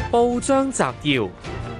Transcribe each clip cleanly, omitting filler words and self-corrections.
報章摘要：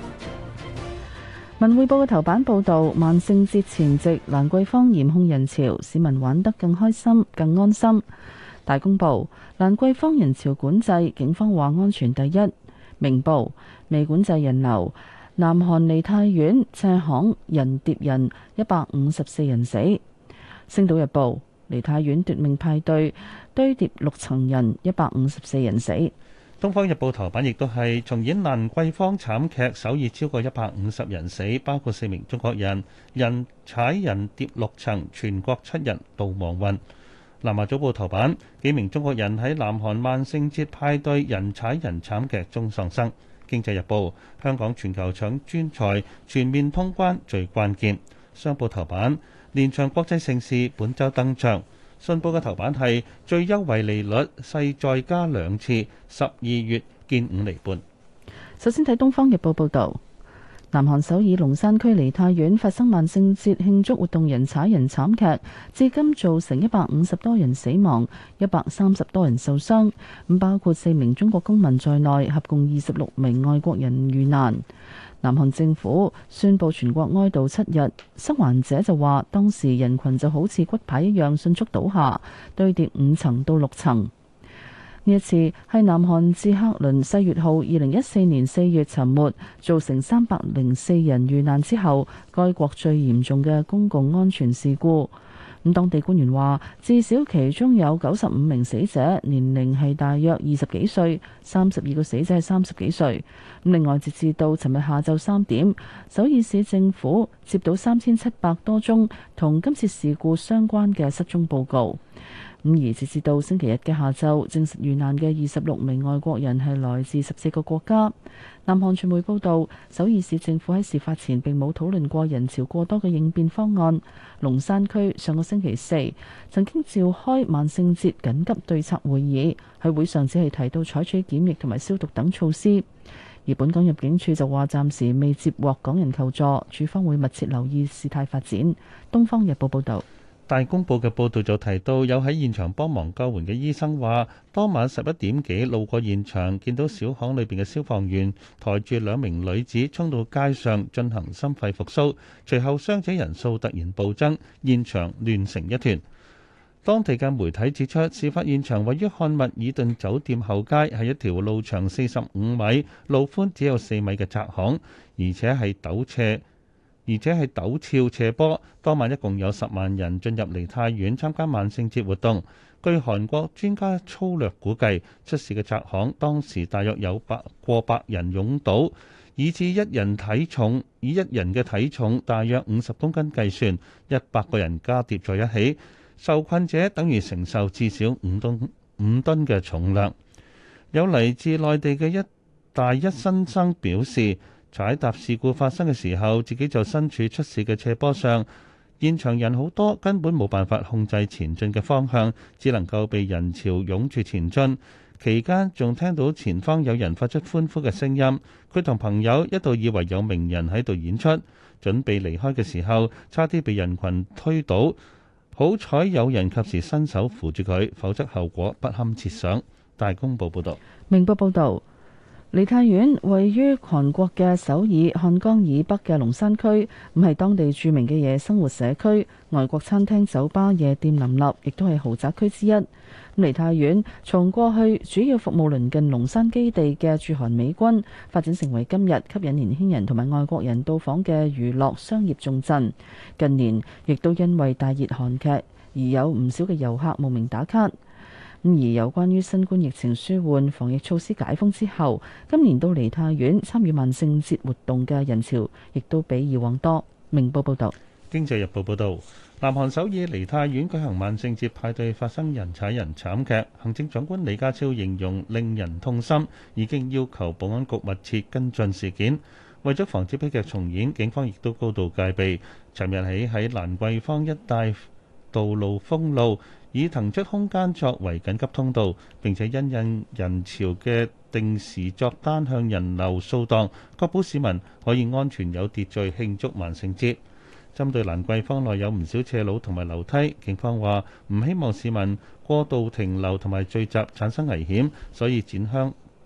文匯報嘅頭版報道，萬聖節前夕，蘭桂坊嚴控人潮，市民玩得更開心、更安心。大公報：蘭桂坊人潮管制，警方話安全第一。明報：未管制人流，南韓梨泰院斜巷人疊人，154人死。星島日報：梨泰院奪命派對堆疊6層人，154人死。 《東方日報》頭版亦都係重演蘭桂坊慘劇，首爾超過150人死，包括4名中國人，人踩人跌6層，全國7人悼亡運。南華早報頭版，幾名中國人喺南韓萬聖節派對人踩人慘劇中喪生。《經濟日報》香港全球搶專才，全面通關最關鍵。商報頭版，連場國際盛事本週登場。信報嘅頭版係最優惠利率勢再加2次，12月見5厘半。 首先睇《東方日報》報導，南韓首爾龍山區梨泰院發生萬聖節慶祝活動人踩人慘劇，至今造成150多人死亡，130多人受傷，咁包括4名中國公民在內，合共26名外國人遇難。南韓政府宣布全國哀悼7日，生還者就話當時人群就好似骨牌一樣迅速倒下，堆疊5層到6層。呢一次係南韓自客輪世越號2014年4月沉沒，造成304人遇難之後，該國最嚴重嘅公共安全事故。咁當地官員話，至少其中有95名死者年齡係大約20幾歲，32個死者係30幾歲。咁另外，截至到尋日下晝3點，首爾市政府接到3700多宗同今次事故相關嘅失蹤報告。而截至到星期日嘅下晝，證實遇難嘅26名外國人係來自14個國家。南韓傳媒報道，首爾市政府喺事發前並冇討論過人潮過多嘅應變方案。龍山區上個星期4曾經召開萬聖節緊急對策會議，喺會上只係提到採取檢疫同埋消毒等措施。而本港入境處就話暫時未接獲港人求助，處方會密切留意事態發展。《東方日報》報道。 大公報嘅報導就提到，有喺現場幫忙救援嘅醫生話，當晚11點幾路過現場，見到小巷裏邊嘅消防員抬住2名女子衝到街上進行心肺復甦，隨後傷者人數突然暴增，現場亂成一團。當地嘅媒體指出，事發現場位於漢密爾頓酒店後街，係一條路長45米、路寬只有4米嘅窄巷，而且係陡峭斜坡。當晚一共有10萬人進入梨泰院參加萬聖節活動。據韓國專家粗略估計，出事嘅窄巷當時大約有過百人擁堵，以至以一人嘅體重大約50公斤計算，100個人加疊在一起，受困者等於承受至少5噸嘅重量。有嚟自內地嘅大一新生表示，踩踏事故發生嘅時候，自己就身處出事嘅斜坡上，現場人好多，根本冇辦法控制前進嘅方向，只能夠被人潮擁住前進。期間仲聽到前方有人發出歡呼嘅聲音，佢同朋友一度以為有名人喺度演出，準備離開嘅時候，差啲被人群推倒，好彩有人及時伸手扶住佢，否則後果不堪設想。大公報報道。 明報報導。梨泰院位於韓國嘅首爾漢江以北嘅龍山區，咁係當地著名嘅夜生活社區，外國餐廳、酒吧、夜店林立，亦都係豪宅區之一。梨泰院從過去主要服務鄰近龍山基地嘅駐韓美軍，發展成為今日吸引年輕人同埋外國人到訪嘅娛樂商業重鎮。近年亦都因為大熱韓劇，而有唔少嘅遊客慕名打卡。而有關於新冠疫情舒緩、防疫措施解封之後，今年到梨泰院參與萬聖節活動嘅人潮，亦都比以往多。明報報道。 經濟日報報導，南韓首爾梨泰院舉行萬聖節派對，發生人踩人慘劇，行政長官李家超形容令人痛心，已經要求保安局密切跟進事件。為咗防止悲劇重演，警方亦都高度戒備。尋日起喺蘭桂坊一帶道路封路，以騰出空間作為緊急通道，並且因應人潮嘅定時作單向人流掃蕩，確保市民可以安全有秩序慶祝萬聖節。針對蘭桂坊內有唔少斜路同埋樓梯，警方話唔希望市民過度停留同埋聚集產生危險，所以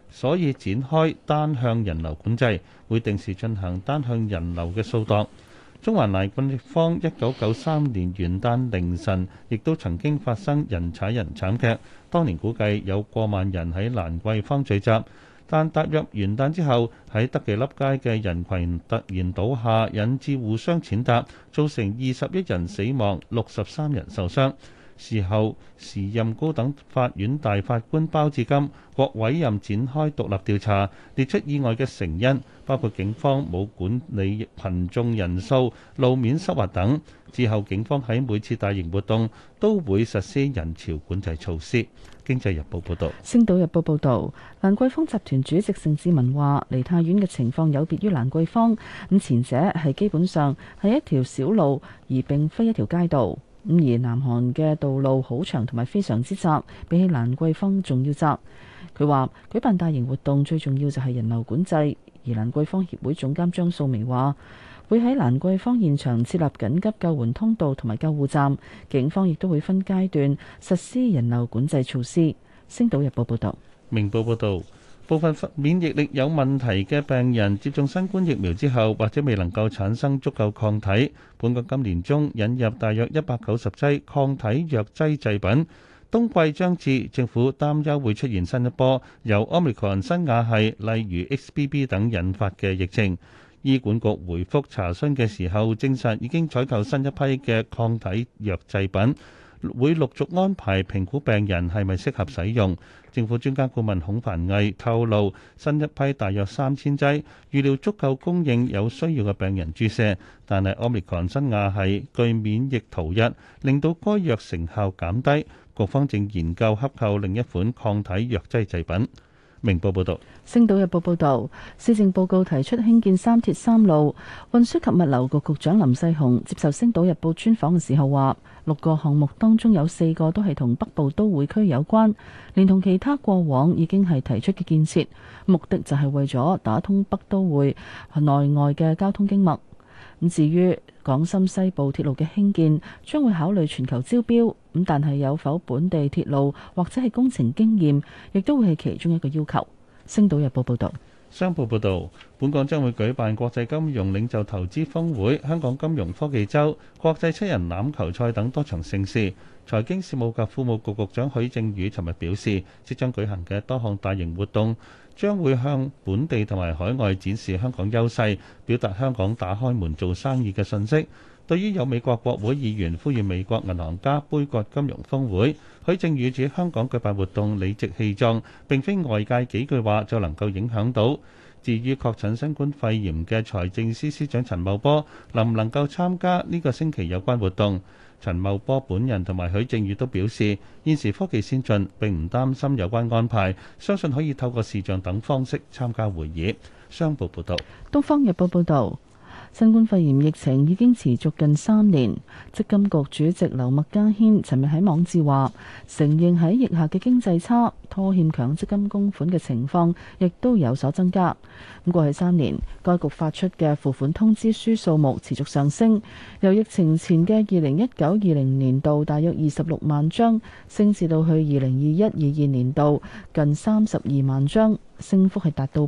所以展開單向人流管制，會定時進行單向人流嘅掃蕩。中環蘭桂坊1993年元旦凌晨亦都曾經發生人踩人慘劇，當年估計有過萬人喺蘭桂坊聚集，但踏入元旦之後，喺德己立街嘅人群突然倒下，引致互相踐踏，造成21人死亡、63人受傷。事後，時任高等法院大法官包致金獲委任展開獨立調查，列出意外嘅成因，包括警方冇管理群眾人數、路面濕滑等。之後，警方喺每次大型活動都會實施人潮管制措施。經濟日報報導。 星島日報報導，蘭桂坊集團主席盛智文話：梨泰院嘅情況有別於蘭桂坊，咁前者係基本上係一條小路，而並非一條街道。咁而南韓嘅道路好長同埋非常之窄，比起蘭桂坊仲要窄。佢話舉辦大型活動最重要就係人流管制，而蘭桂坊協會總監張素眉話會喺蘭桂坊現場設立緊急救援通道同埋救護站，警方亦都會分階段實施人流管制措施。星島日報報道。 明報報導。部分免疫力有問題嘅病人接種新冠疫苗之後，或者未能夠產生足夠抗體。本港今年中引入大約190劑抗體藥劑製品，冬季將至，政府擔憂會出現新一波由 Omicron 新亞系，例如 XBB 等引發嘅疫情。醫管局回覆查詢嘅時候，證實已經採購新一批嘅抗體藥製品，會陸續安排評估病人係咪適合使用。政府專家顧問孔繁毅透露，新一批大約3000劑，預料足夠供應有需要嘅病人注射，但係 Omicron 新亞系具免疫逃逸，令到該藥成效減低。局方正研究洽購另一款抗體藥劑製品。明報報導。 星島日報報導，施政報告提出興建三鐵三路。運輸及物流局局長林世雄接受星島日報專訪嘅時候話，6個項目當中有4個都係同北部都會區有關，連同其他過往已經係提出嘅建設，目的就係為咗打通北都會內外嘅交通經脈。咁至於港深西部鐵路嘅興建，將會考慮全球招標，咁但係有否本地鐵路或者係工程經驗，亦都會係其中一個要求。星島日報報導。 商報報導，本港將會舉辦國際金融領袖投資峰會、香港金融科技周、國際七人欖球賽等多場盛事。財經事務及庫務局局長許正宇尋日表示，即將舉行嘅多項大型活動將會向本地同埋海外展示香港優勢，表達香港打開門做生意嘅訊息。對於有美國國會議員呼籲美國銀行家杯葛金融峰會，許正宇指香港舉辦活動理直氣壯，並非外界幾句話就能夠影響到。至於確診新冠肺炎嘅財政司司長陳茂波能唔能夠參加呢個星期有關活動，陳茂波本人同埋許正宇都表示，現時科技先進，並唔擔心有關安排，相信可以透過視像等方式參加會議。商報報道。 東方日報報導。新冠肺炎疫情已經持續近3年，積金局主席劉麥嘉軒尋日喺網誌話，承認喺疫下嘅經濟差、拖欠強積金供款嘅情況亦都有所增加。咁過去3年，該局發出嘅付款通知書數目持續上升，由疫情前嘅2019-20年度大約26萬張，升至到去2021-22年度近32萬張，升幅係達到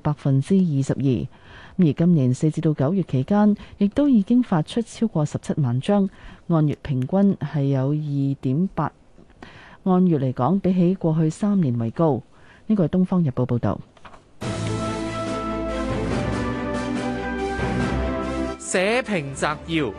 22%。而今年4至到9月期間，亦都已經發出超過17萬張，按月平均係有2.8，按月嚟講比起過去3年為高。呢個係《東方日報》報導。 社評摘要：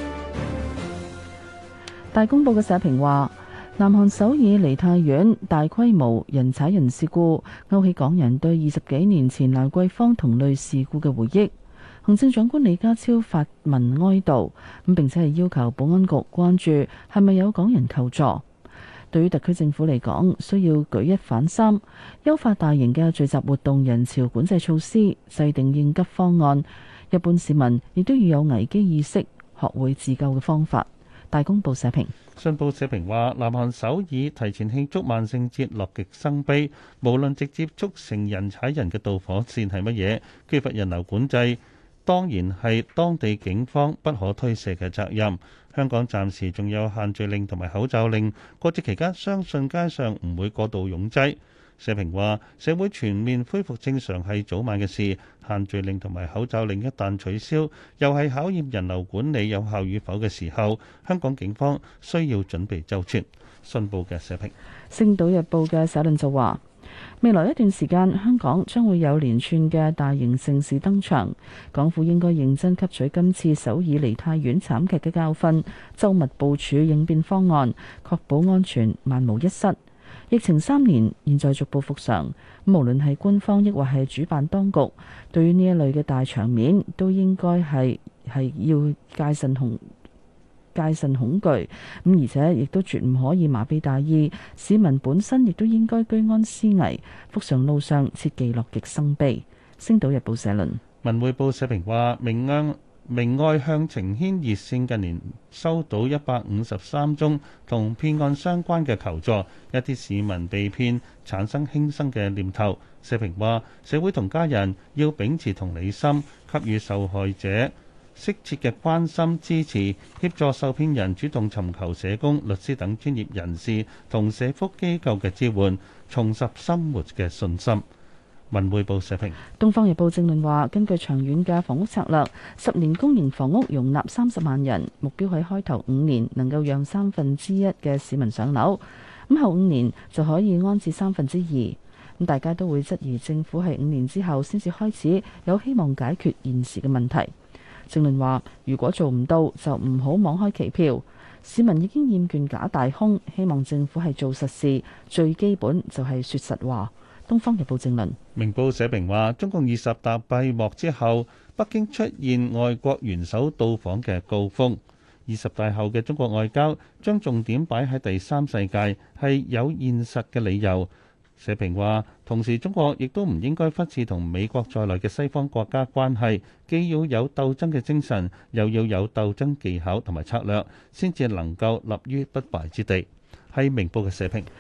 大公報嘅社評話，南韓首爾梨泰院大規模人踩人事故，勾起港人對20幾年前蘭桂坊同類事故嘅回憶。行政長官李家超發文哀悼，並且係要求保安局關注係咪有港人求助。對於特區政府嚟講，需要舉一反三，優化大型嘅聚集活動人潮管制措施，制定應急方案。一般市民亦都要有危機意識，學會自救嘅方法。大公報社評。 信報社評話，南韓首爾提前慶祝萬聖節樂極生悲，無論直接促成人踩人嘅導火線係乜嘢，缺乏人流管制當然係當地警方不可推卸嘅責任。香港暫時仲有限聚令同埋口罩令，過節期間相信街上唔會過度擁擠。 社評話：社會全面恢復正常係早晚嘅事，限聚令同埋口罩令一旦取消，又係考驗人流管理有效與否嘅時候，香港警方需要準備周全。信報嘅社評。《 星島日報》嘅社論就話：未來一段時間，香港將會有連串嘅大型盛事登場，港府應該認真吸取今次首爾梨泰院慘劇嘅教訓，周密部署應變方案，確保安全萬無一失。疫情3年，現在逐步復常，無論係官方抑或係主辦當局，對於呢一類嘅大場面，都應該係要戒慎恐懼，而且亦都絕唔可以麻痹大意。市民本身亦都應該居安思危，復常路上切忌樂極生悲。星島日報社論。 文匯報社評話：明愛向晴軒熱線近年收到153宗同騙案相關嘅求助，一啲市民被騙產生輕生嘅念頭。社評話：社會同家人要秉持同理心，給予受害者適切嘅關心支持，協助受騙人主動尋求社工、律師等專業人士同社福機構嘅支援，重拾生活嘅信心。文匯報社評。《 東方日報》正論話：根據長遠嘅房屋策略，10年公營房屋容納30萬人，目標喺開頭5年能夠讓1/3嘅市民上樓，咁後5年就可以安置2/3。咁大家都會質疑政府係5年之後先至開始有希望解決現時嘅問題。正論話：如果做唔到，就唔好妄開期票。市民已經厭倦假大空，希望政府係做實事，最基本就係說實話。《東方日報》正論。 明報社評話：中共20大閉幕之後，北京出現外國元首到訪嘅高峰。20大後嘅中國外交將重點擺喺第三世界，係有現實嘅理由。社評話：同時中國亦都唔應該忽視同美國在內嘅西方國家關係，既要有鬥爭嘅精神，又要有鬥爭技巧同埋策略，先至能夠立於不敗之地。係明報嘅社評。